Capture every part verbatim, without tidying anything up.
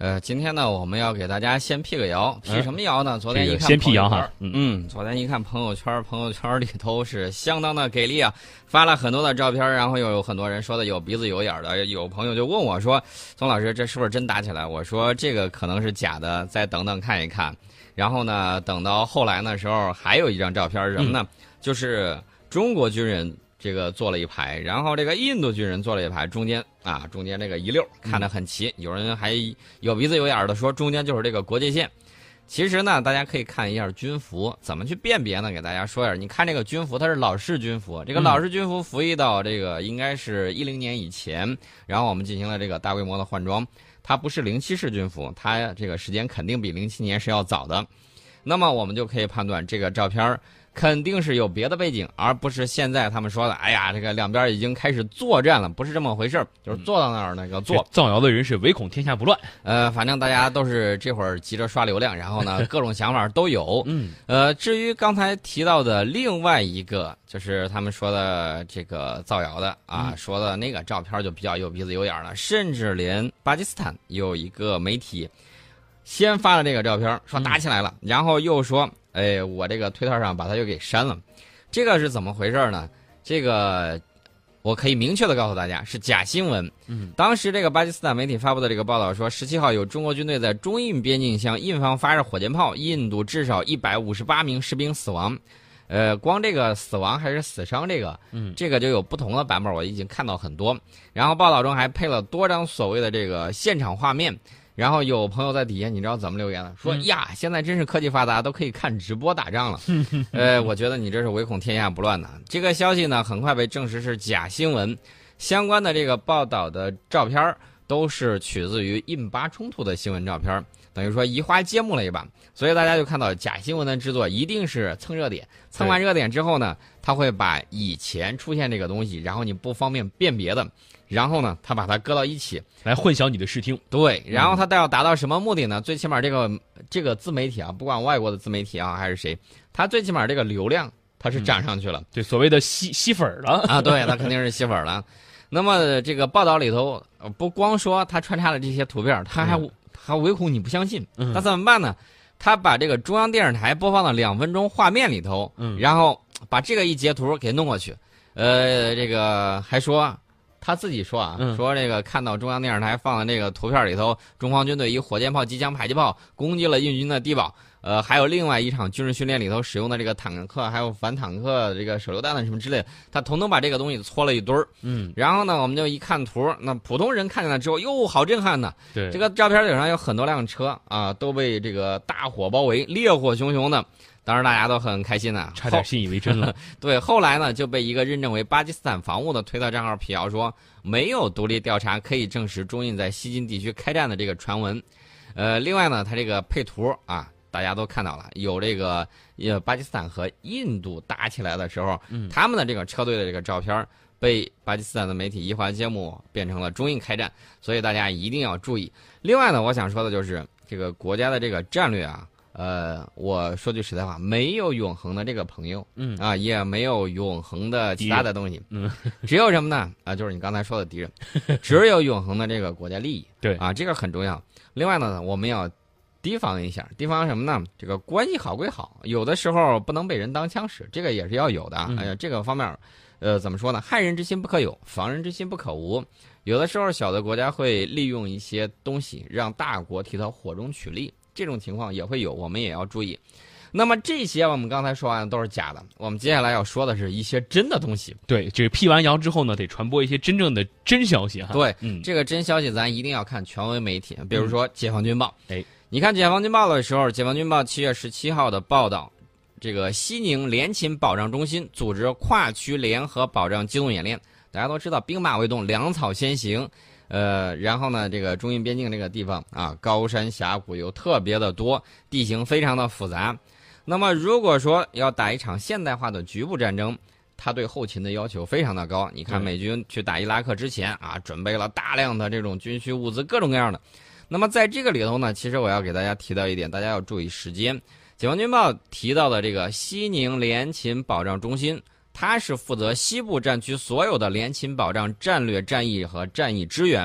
呃，今天呢，我们要给大家先辟个谣，辟什么谣呢？昨天一看先辟谣哈， 嗯，昨天一看朋友圈，朋友圈里头是相当的给力啊，发了很多的照片，然后又有很多人说的有鼻子有眼的，有朋友就问我说：“宋老师，这是不是真打起来？”我说：“这个可能是假的，再等等看一看。”然后呢，等到后来的时候，还有一张照片是什么呢？嗯、就是中国军人。这个坐了一排，然后这个印度军人坐了一排，中间啊，中间这个一溜看得很齐，有人还有鼻子有眼的说中间就是这个国界线。其实呢，大家可以看一下军服，怎么去辨别呢？给大家说一下，你看这个军服，它是老式军服，这个老式军服服役到这个应该是一零年以前，然后我们进行了这个大规模的换装，它不是零七式军服，它这个时间肯定比零七年是要早的。那么我们就可以判断这个照片肯定是有别的背景，而不是现在他们说的，哎呀，这个两边已经开始作战了，不是这么回事，就是坐到那儿那个坐。 造谣的人是唯恐天下不乱。 呃，反正大家都是这会儿急着刷流量，然后呢，各种想法都有。 嗯。 呃，至于刚才提到的另外一个，就是他们说的这个造谣的啊， 嗯、 说的那个照片就比较有鼻子有眼了，甚至连巴基斯坦有一个媒体先发了这个照片，说打起来了，嗯、然后又说。哎，我这个推特上把它又给删了，这个是怎么回事呢？这个我可以明确的告诉大家，是假新闻。 嗯， 当时这个巴基斯坦媒体发布的这个报道说，十七号有中国军队在中印边境向印方发射火箭炮，印度至少一百五十八名士兵死亡。呃，光这个死亡还是死伤，这个， 嗯， 这个就有不同的版本，我已经看到很多。然后报道中还配了多张所谓的这个现场画面。然后有朋友在底下，你知道怎么留言了？说、嗯、呀，现在真是科技发达，都可以看直播打仗了。呃，我觉得你这是唯恐天下不乱的。这个消息呢，很快被证实是假新闻。相关的这个报道的照片都是取自于印巴冲突的新闻照片，等于说移花接木了一把。所以大家就看到假新闻的制作一定是蹭热点，蹭完热点之后呢，他会把以前出现这个东西，然后你不方便辨别的。然后呢，他把它搁到一起来混淆你的视听。 对，然后他要达到什么目的呢？嗯、最起码这个这个自媒体啊，不管外国的自媒体啊还是谁，他最起码这个流量它是涨上去了。 嗯、对，所谓的吸吸粉了啊，对，他肯定是吸粉了。那么这个报道里头不光说他穿插了这些图片，他还、嗯、还唯恐你不相信，那、嗯、怎么办呢？他把这个中央电视台播放的两分钟画面里头， 嗯， 然后把这个一截图给弄过去，呃，这个还说。他自己说啊， 嗯、 说这个看到中央电视台放的这个图片里头，中方军队以火箭炮、机枪、迫击炮攻击了印军的地堡，呃，还有另外一场军事训练里头使用的这个坦克，还有反坦克这个手榴弹的什么之类的，他统统把这个东西搓了一堆儿。 嗯， 然后呢，我们就一看图，那普通人看见了之后，哟，好震撼呐！ 对， 这个照片顶上有很多辆车啊，都被这个大火包围，烈火熊熊的。当然大家都很开心呐、啊， 差点信以为真了。 对，后来呢就被一个认证为巴基斯坦防务的推特账号辟谣说，没有独立调查可以证实中印在西金地区开战的这个传闻。呃，另外呢，他这个配图啊，大家都看到了，有这个呃巴基斯坦和印度打起来的时候， 嗯、 他们的这个车队的这个照片被巴基斯坦的媒体移花接木，变成了中印开战，所以大家一定要注意。另外呢，我想说的就是这个国家的这个战略啊。呃，我说句实在话，没有永恒的这个朋友， 嗯啊，也没有永恒的其他的东西， 嗯， 只有什么呢？啊，就是你刚才说的敌人，只有永恒的这个国家利益， 对， 啊，这个很重要。另外呢，我们要提防一下，提防什么呢？这个关系好归好，有的时候不能被人当枪使，这个也是要有的。 嗯、 哎呀，这个方面，呃，怎么说呢？害人之心不可有，防人之心不可无。有的时候，小的国家会利用一些东西，让大国替他火中取栗。这种情况也会有，我们也要注意。那么这些我们刚才说完的都是假的，我们接下来要说的是一些真的东西。 对，这个辟完谣之后呢，得传播一些真正的真消息哈。 对， 嗯， 这个真消息咱一定要看权威媒体，比如说《解放军报》。 哎、嗯， 你看《解放军报》的时候，《解放军报》七月十七号的报道，这个西宁联勤保障中心组织跨区联合保障机动演练。大家都知道，兵马未动，粮草先行。呃，然后呢，这个中印边境这个地方啊，高山峡谷又特别的多，地形非常的复杂。那么如果说要打一场现代化的局部战争，它对后勤的要求非常的高。你看美军去打伊拉克之前啊，准备了大量的这种军需物资，各种各样的。那么在这个里头呢，其实我要给大家提到一点，大家要注意时间。解放军报提到的这个西宁联勤保障中心，它是负责西部战区所有的联勤保障战略战役和战役支援。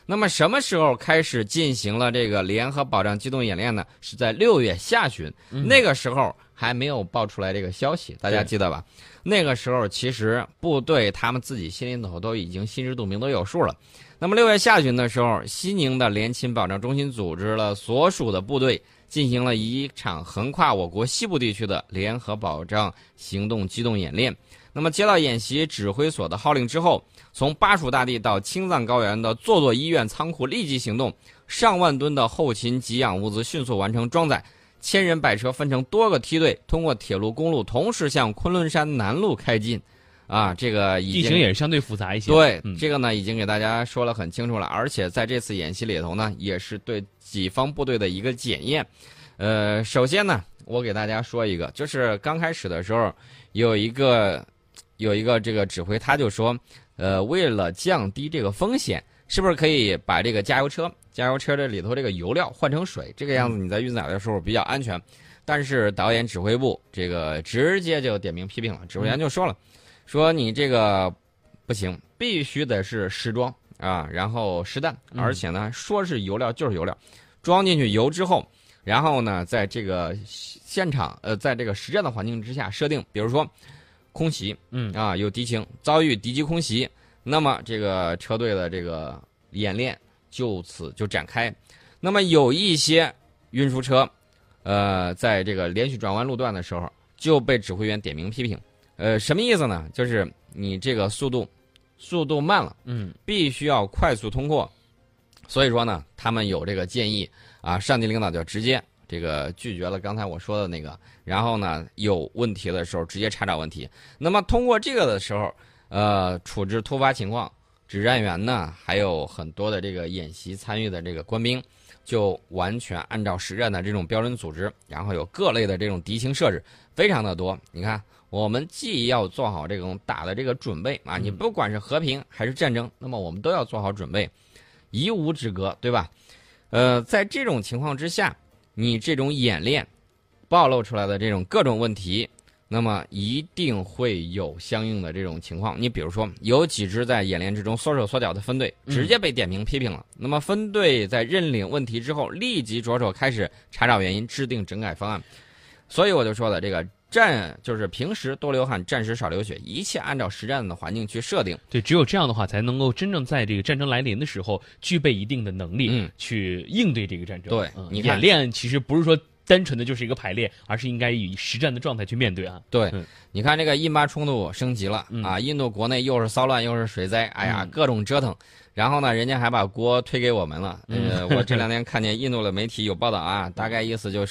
那么什么时候开始进行了这个联合保障机动演练呢？是在六月下旬， 嗯、 那个时候还没有爆出来这个消息，大家记得吧？那个时候其实部队他们自己心里头都已经心知肚明，都有数了。那么六月下旬的时候，西宁的联勤保障中心组织了所属的部队，进行了一场横跨我国西部地区的联合保障行动机动演练。那么接到演习指挥所的号令之后，从巴蜀大地到青藏高原的座座医院仓库立即行动，上万吨的后勤给养物资迅速完成装载，千人百车分成多个梯队，通过铁路、公路同时向昆仑山南路开进。啊，这个已经地形也是相对复杂一些。 对， 嗯、 这个呢已经给大家说了很清楚了，而且在这次演习里头呢，也是对己方部队的一个检验。呃，首先呢，我给大家说一个，就是刚开始的时候有一个有一个这个指挥，他就说，呃，为了降低这个风险，是不是可以把这个加油车加油车这里头这个油料换成水，这个样子你在运载的时候比较安全。但是导演指挥部这个直接就点名批评了，指挥员就说了。嗯说你这个不行，必须得是实装啊，然后实弹，而且呢，说是油料就是油料，装进去油之后，然后呢，在这个现场呃，在这个实战的环境之下设定，比如说空袭， 嗯啊，有敌情，遭遇敌机空袭，那么这个车队的这个演练就此就展开。那么有一些运输车，呃，在这个连续转弯路段的时候就被指挥员点名批评。呃，什么意思呢？就是你这个速度，速度慢了， 嗯， 必须要快速通过。所以说呢，他们有这个建议啊，上级领导就直接这个拒绝了刚才我说的那个，然后呢，有问题的时候直接查找问题。那么通过这个的时候，呃，处置突发情况，指战员呢，还有很多的这个演习参与的这个官兵，就完全按照实战的这种标准组织，然后有各类的这种敌情设置，非常的多。你看。我们既要做好这种打的这个准备啊，你不管是和平还是战争，那么我们都要做好准备，一无之隔，对吧？呃，在这种情况之下，你这种演练暴露出来的这种各种问题，那么一定会有相应的这种情况。你比如说，有几支在演练之中缩手缩脚的分队，直接被点名批评了。嗯、那么分队在认领问题之后，立即着手开始查找原因，制定整改方案。所以我就说了，这个。战就是平时多流汗，战时少流血，一切按照实战的环境去设定。 对，只有这样的话，才能够真正在这个战争来临的时候，具备一定的能力， 嗯， 去应对这个战争。 对， 嗯、 你看演练其实不是说单纯的就是一个排练，而是应该以实战的状态去面对啊。 对， 嗯、 你看这个印巴冲突升级了、嗯、啊，印度国内又是骚乱又是水灾，哎呀， 嗯、 各种折腾。然后呢，人家还把锅推给我们了。呃，我这两天看见印度的媒体有报道啊，大概意思就是。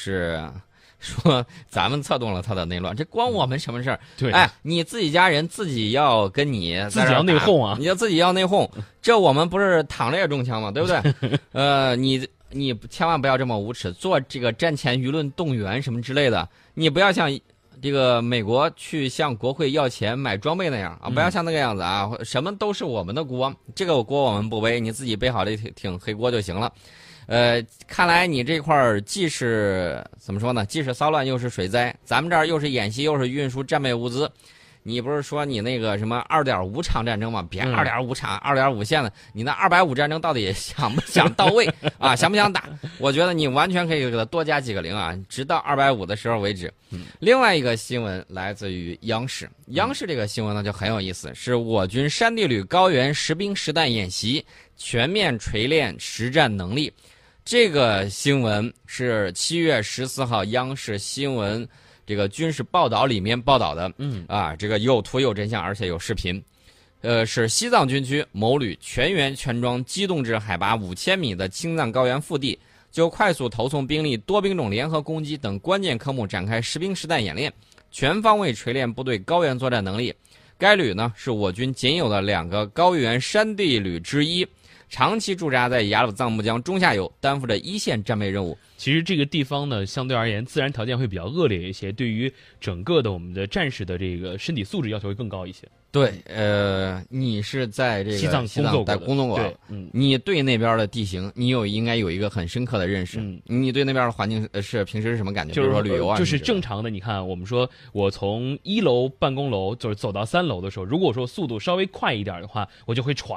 说咱们策动了他的内乱，这关我们什么事儿？ 对， 哎，你自己家人自己要跟你自己要内讧啊， 你要自己要内讧，这我们不是躺着也中枪吗？对不对？呃，你你千万不要这么无耻，做这个战前舆论动员什么之类的，你不要像这个美国去向国会要钱买装备那样啊，不要像那个样子啊，嗯、什么都是我们的锅，这个锅我们不背，你自己背好这挺黑锅就行了。呃，看来你这块儿既是怎么说呢？既是骚乱，又是水灾，咱们这儿又是演习，又是运输战备物资。你不是说你那个什么二点五场战争吗？别二点五场，二点五线的，你那二百五战争到底想不想到位啊？想不想打？我觉得你完全可以给它多加几个零啊，直到二百五的时候为止。 嗯、 另外一个新闻来自于央视，央视这个新闻呢就很有意思，是我军山地旅高原实兵实弹演习，全面锤炼实战能力。这个新闻是七月十四号央视新闻这个军事报道里面报道的， 嗯啊，这个有图有真相，而且有视频。呃，是西藏军区某旅全员全装机动至海拔五千米的青藏高原腹地，就快速投送兵力、多兵种联合攻击等关键科目展开实兵实弹演练，全方位锤炼部队高原作战能力。该旅呢是我军仅有的两个高原山地旅之一。长期驻扎在雅鲁藏布江中下游，担负着一线战备任务。 其实这个地方呢，相对而言自然条件会比较恶劣一些，对于整个的我们的战士的这个身体素质要求会更高一些。 对，呃，你是在这个西藏工作过， 工作过， 对，嗯， 你对那边的地形，你有应该有一个很深刻的认识。 嗯， 你对那边的环境是平时是什么感觉？ 就是比如说旅游啊， 就是正常的。你看，我们说我从一楼办公楼就是走到三楼的时候，如果说速度稍微快一点的话，我就会喘。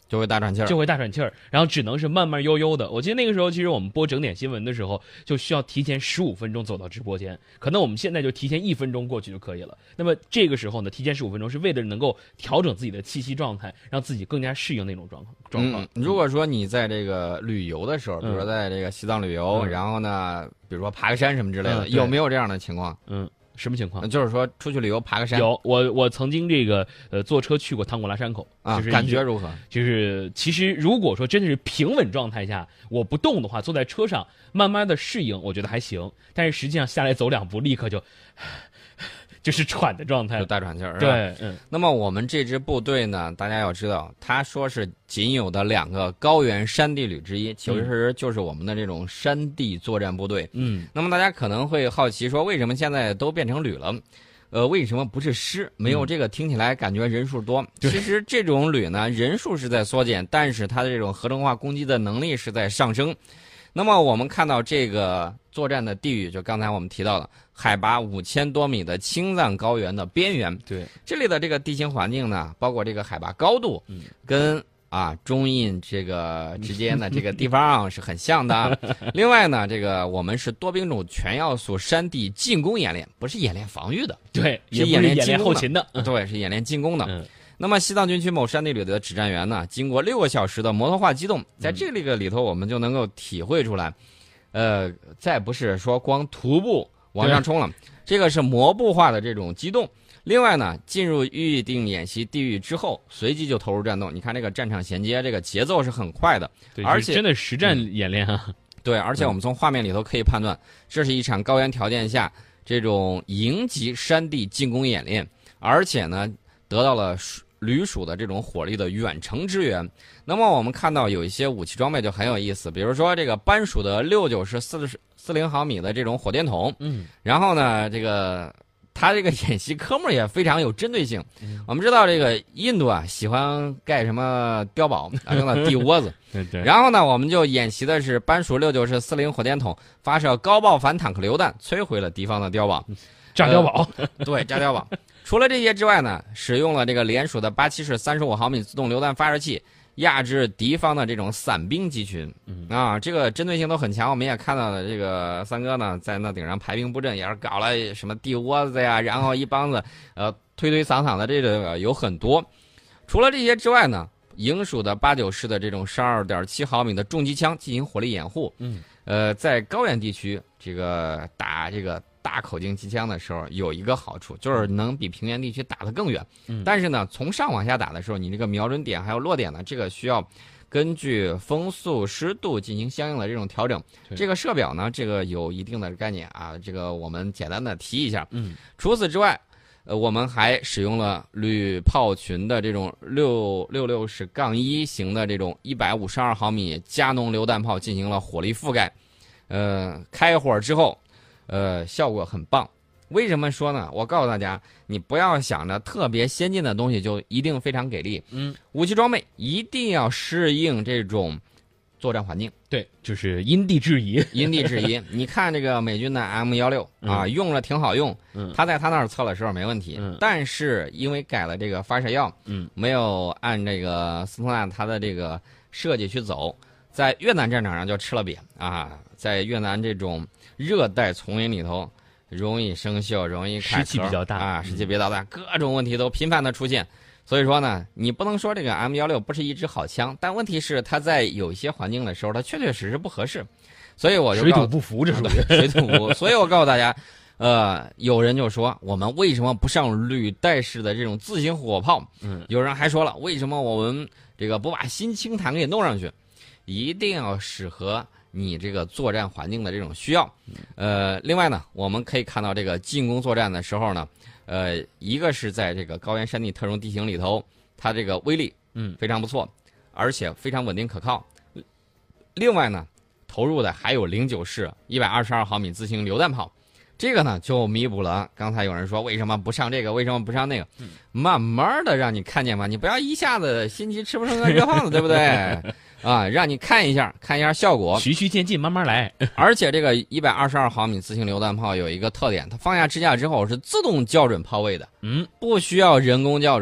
就会大喘气儿， 就会大喘气儿，然后只能是慢慢悠悠的。我记得那个时候，其实我们播整点新闻的时候，就需要提前十五分钟走到直播间，可能我们现在就提前一分钟过去就可以了。那么这个时候呢，提前十五分钟是为了能够调整自己的气息状态，让自己更加适应那种状况状况。 嗯，如果说你在这个旅游的时候，比如说在这个西藏旅游， 嗯、 然后呢，比如说爬个山什么之类的， 嗯、 有没有这样的情况？ 嗯。什么情况？ 就是说出去旅游爬个山。 有，我我曾经这个呃坐车去过汤古拉山口啊， 就是感觉如何？ 就是其实如果说真的是平稳状态下，我不动的话，坐在车上慢慢的适应，我觉得还行。但是实际上下来走两步，立刻就就是喘的状态， 就大喘气儿。 对，嗯。 那么我们这支部队呢，大家要知道，他说是仅有的两个高原山地旅之一，其实就是我们的这种山地作战部队。 嗯。 那么大家可能会好奇说，为什么现在都变成旅了？呃，为什么不是师？没有这个听起来感觉人数多。 嗯、 其实这种旅呢，人数是在缩减，但是它的这种合成化攻击的能力是在上升。那么我们看到这个作战的地域，就刚才我们提到了海拔五千多米的青藏高原的边缘。 对， 这里的这个地形环境呢，包括这个海拔高度， 嗯， 跟啊中印这个之间的这个地方是很像的。另外呢，这个我们是多兵种全要素山地进攻演练，不是演练防御的， 对， 是演练演练后勤的， 对，是演练进攻的。 嗯。 那么西藏军区某山地旅的指战员呢，经过六个小时的摩托化机动，在这个里头我们就能够体会出来，呃，再不是说光徒步往上冲了，这个是摩步化的这种机动。另外呢，进入预定演习地域之后，随即就投入战斗。你看这个战场衔接，这个节奏是很快的， 对， 而且真的实战演练啊。 嗯、对，而且我们从画面里头可以判断，这是一场高原条件下这种营级山地进攻演练，而且呢，得到了旅属的这种火力的远程支援。那么我们看到有一些武器装备就很有意思，比如说这个班属的六九式四十四零毫米的这种火箭筒， 嗯， 然后呢，这个它这个演习科目也非常有针对性。嗯、我们知道这个印度啊喜欢盖什么碉堡啊，用的地窝子， 对对。 然后呢，我们就演习的是班属六九式四零火箭筒发射高爆反坦克榴弹，摧毁了敌方的碉堡， 炸碉堡， 呃、对，炸碉堡。除了这些之外呢，使用了这个连属的八七式三十五毫米自动榴弹发射器，压制敌方的这种散兵集群。 嗯啊，这个针对性都很强。我们也看到了这个三哥呢，在那顶上排兵布阵，也是搞了什么地窝子呀，然后一帮子呃推推搡搡的，这个有很多。除了这些之外呢，营属的八九式的这种十二点七毫米的重机枪进行火力掩护。 嗯， 呃，在高原地区，这个打这个大口径机枪的时候，有一个好处，就是能比平原地区打得更远。 嗯， 但是呢，从上往下打的时候，你这个瞄准点还有落点呢，这个需要根据风速、湿度进行相应的这种调整。这个射表呢，这个有一定的概念啊，这个我们简单的提一下。 嗯， 除此之外，呃，我们还使用了旅炮群的这种六六六式杠一型的这种一百五十二毫米加农榴弹炮进行了火力覆盖。呃，开火之后，呃，效果很棒。为什么说呢？我告诉大家，你不要想着特别先进的东西就一定非常给力。 嗯， 武器装备一定要适应这种作战环境。 对，就是因地制宜。 因地制宜。你看这个美军的 M 一六啊， 嗯、 用了挺好用。 嗯， 他在他那儿测的时候没问题。 嗯， 但是因为改了这个发射药， 嗯， 没有按这个斯通纳他的这个设计去走，在越南战场上就吃了瘪啊！在越南这种热带丛林里头，容易生锈，容易开壳， 湿气比较大啊，湿气比较大，各种问题都频繁的出现。所以说呢，你不能说这个 M 一六不是一支好枪，但问题是它在有一些环境的时候，它确确实实不合适。所以我就水土不服，这属于水土不服。所以我告诉大家，呃，有人就说我们为什么不上履带式的这种自行火炮？ 嗯， 有人还说了，为什么我们这个不把新轻坦给弄上去？一定要适合你这个作战环境的这种需要。呃，另外呢，我们可以看到这个进攻作战的时候呢，呃，一个是在这个高原山地特种地形里头，它这个威力嗯非常不错，而且非常稳定可靠。另外呢，投入的还有零九式一百二十二毫米自行榴弹炮。这个呢，就弥补了刚才有人说为什么不上这个，为什么不上那个， 嗯、 慢慢的让你看见嘛，你不要一下子心急吃不成个热胖子，对不对？啊，让你看一下，看一下效果， 循序渐进，慢慢来。 而且这个一百二十二毫米自行榴弹炮有一个特点，它放下支架之后是自动校准炮位的， 嗯， 不需要人工校准。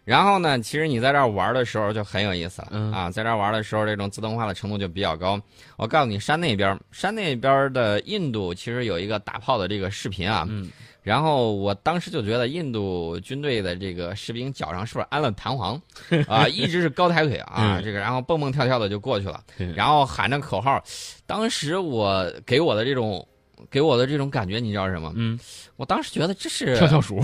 然后呢，其实你在这儿玩的时候就很有意思了、 嗯、 啊，在这儿玩的时候，这种自动化的程度就比较高。我告诉你，山那边，山那边的印度其实有一个打炮的这个视频啊。 嗯。 然后我当时就觉得印度军队的这个士兵脚上是不是安了弹簧啊？一直是高抬腿啊， 嗯、 这个然后蹦蹦跳跳的就过去了，然后喊着口号。当时我给我的这种给我的这种感觉，你知道是什么？ 嗯， 我当时觉得这是跳跳鼠。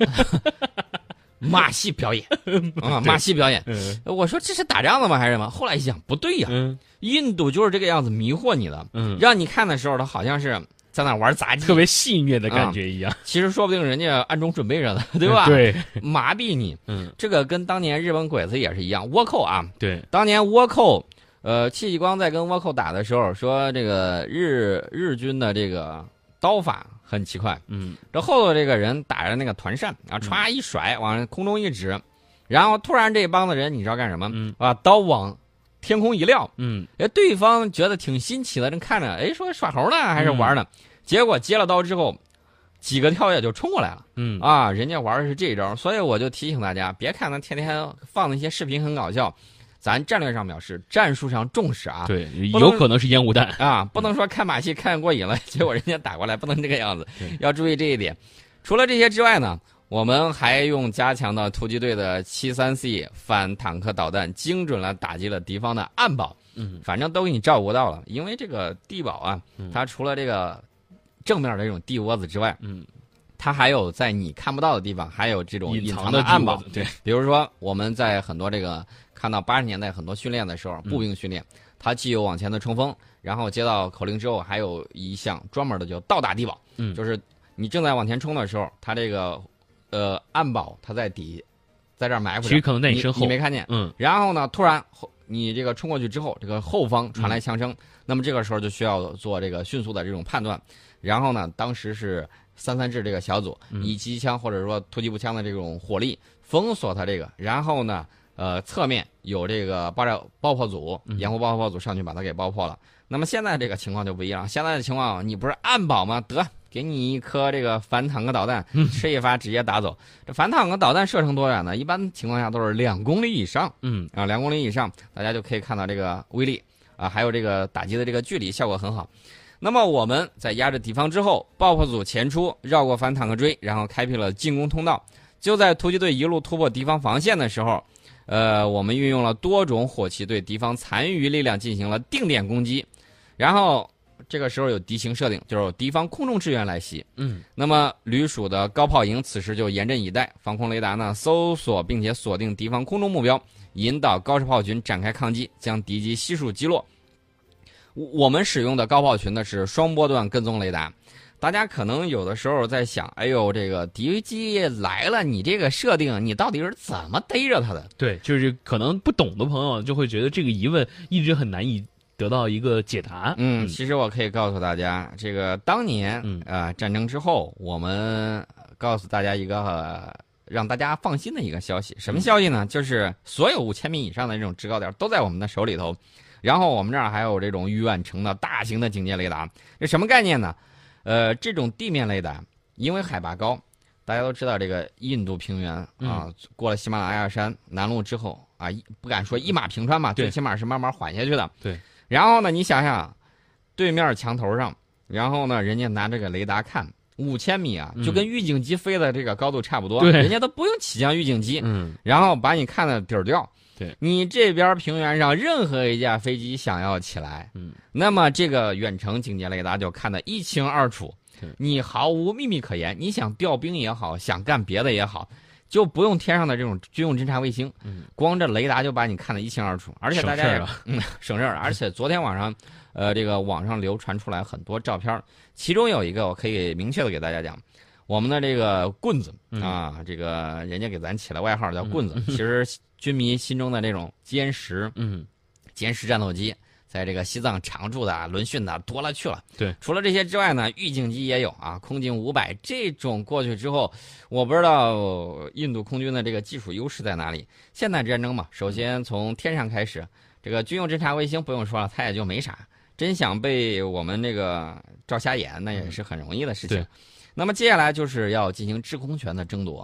马戏表演啊，马戏表演。 嗯、 我说这是打仗的吗？还是什么？后来一想，不对呀、 嗯， 印度就是这个样子迷惑你的， 嗯， 让你看的时候，他好像是在那玩杂技， 特别戏谑的感觉一样。 啊、其实说不定人家暗中准备着呢，对吧？ 对， 麻痹你。 嗯， 这个跟当年日本鬼子也是一样，倭寇啊。 对， 当年倭寇，呃，戚继光在跟倭寇打的时候说，这个日日军的这个刀法很奇怪。 嗯， 这后头这个人打着那个团扇啊，歘一甩，往空中一指，然后突然这帮子人你知道干什么？ 嗯， 把刀往天空一撂。 嗯， 哎，对方觉得挺新奇的，正看着，哎，说耍猴呢还是玩呢？嗯、结果接了刀之后，几个跳跃就冲过来了。 嗯啊，人家玩的是这一招，所以我就提醒大家，别看他天天放那些视频很搞笑。咱战略上表示，战术上重视啊。 对，有可能是烟雾弹啊，不能说看马戏看过瘾了，结果人家打过来，不能这个样子，要注意这一点。除了这些之外呢，我们还用加强的突击队的七三 C 反坦克导弹，精准了打击了敌方的暗堡。 嗯， 反正都给你照顾到了。因为这个地堡啊，它除了这个正面的这种地窝子之外， 嗯， 它还有在你看不到的地方，还有这种隐藏的暗堡。 对， 比如说我们在很多这个。看到八十年代很多训练的时候，步兵训练，嗯、它既有往前的冲锋，然后接到口令之后，还有一项专门的叫倒打地堡， 嗯， 就是你正在往前冲的时候，它这个呃暗堡它在底，在这儿埋伏着， 其实可能在你身后， 你没看见， 嗯， 然后呢，突然你这个冲过去之后，这个后方传来枪声， 嗯、 那么这个时候就需要做这个迅速的这种判断，然后呢，当时是三三制这个小组、 嗯、 以机枪或者说突击步枪的这种火力封锁它这个，然后呢。呃，侧面有这个爆炸爆破组、掩护爆破组上去把它给爆破了。那么现在这个情况就不一样，现在的情况你不是暗堡吗？得给你一颗这个反坦克导弹，吃一发直接打走。这反坦克导弹射程多远呢？一般情况下都是两公里以上。 嗯啊，两公里以上，大家就可以看到这个威力啊，还有这个打击的这个距离效果很好。那么我们在压制敌方之后，爆破组前出，绕过反坦克锥，然后开辟了进攻通道。就在突击队一路突破敌方防线的时候。呃，我们运用了多种火器对敌方残余力量进行了定点攻击，然后这个时候有敌情设定，就是敌方空中支援来袭。 嗯， 那么旅属的高炮营此时就严阵以待，防空雷达呢搜索并且锁定敌方空中目标，引导高射炮群展开抗击，将敌机悉数击落。我们使用的高炮群呢是双波段跟踪雷达。大家可能有的时候在想，哎呦，这个敌机来了，你这个设定，你到底是怎么逮着它的？ 对，就是可能不懂的朋友就会觉得这个疑问一直很难以得到一个解答。 嗯，其实我可以告诉大家，这个当年嗯呃战争之后，我们告诉大家一个、呃、让大家放心的一个消息，什么消息呢？就是所有五千米以上的这种制高点都在我们的手里头，然后我们这儿还有这种远程的大型的警戒雷达，这什么概念呢？呃，这种地面雷达，因为海拔高，大家都知道这个印度平原啊， 嗯、 过了喜马拉雅山南麓之后啊，不敢说一马平川吧，最起码是慢慢缓下去的。 对。 然后呢，你想想，对面墙头上，然后呢，人家拿这个雷达看五千米啊，就跟预警机飞的这个高度差不多， 对、 嗯，人家都不用起降预警机， 嗯， 然后把你看的底儿掉。 对， 你这边平原上任何一架飞机想要起来， 嗯， 那么这个远程警戒雷达就看得一清二楚，你毫无秘密可言。你想调兵也好，想干别的也好，就不用天上的这种军用侦察卫星， 嗯， 光这雷达就把你看得一清二楚。而且大家也嗯省事儿了。而且昨天晚上，呃，这个网上流传出来很多照片，其中有一个我可以明确的给大家讲。我们的这个棍子啊，这个人家给咱起了外号叫棍子，其实军迷心中的这种歼十， 嗯， 歼十战斗机，在这个西藏常驻的、轮训的多了去了。 对， 除了这些之外呢，预警机也有啊，空警五百这种过去之后，我不知道印度空军的这个技术优势在哪里。现代战争嘛，首先从天上开始，这个军用侦察卫星不用说了，它也就没啥。真想被我们这个照瞎眼，那也是很容易的事情。 嗯、 那么接下来就是要进行制空权的争夺。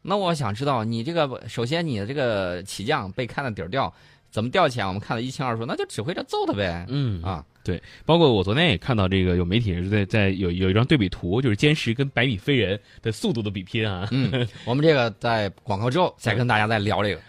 那我想知道你这个，首先你的这个起降被看的底儿掉，怎么掉起来？我们看得一清二楚，那就指挥着揍他呗。 嗯啊， 对，包括我昨天也看到这个有媒体人在在有有一张对比图，就是歼十跟百米飞人的速度的比拼啊。 嗯，我们这个在广告之后再跟大家再聊这个。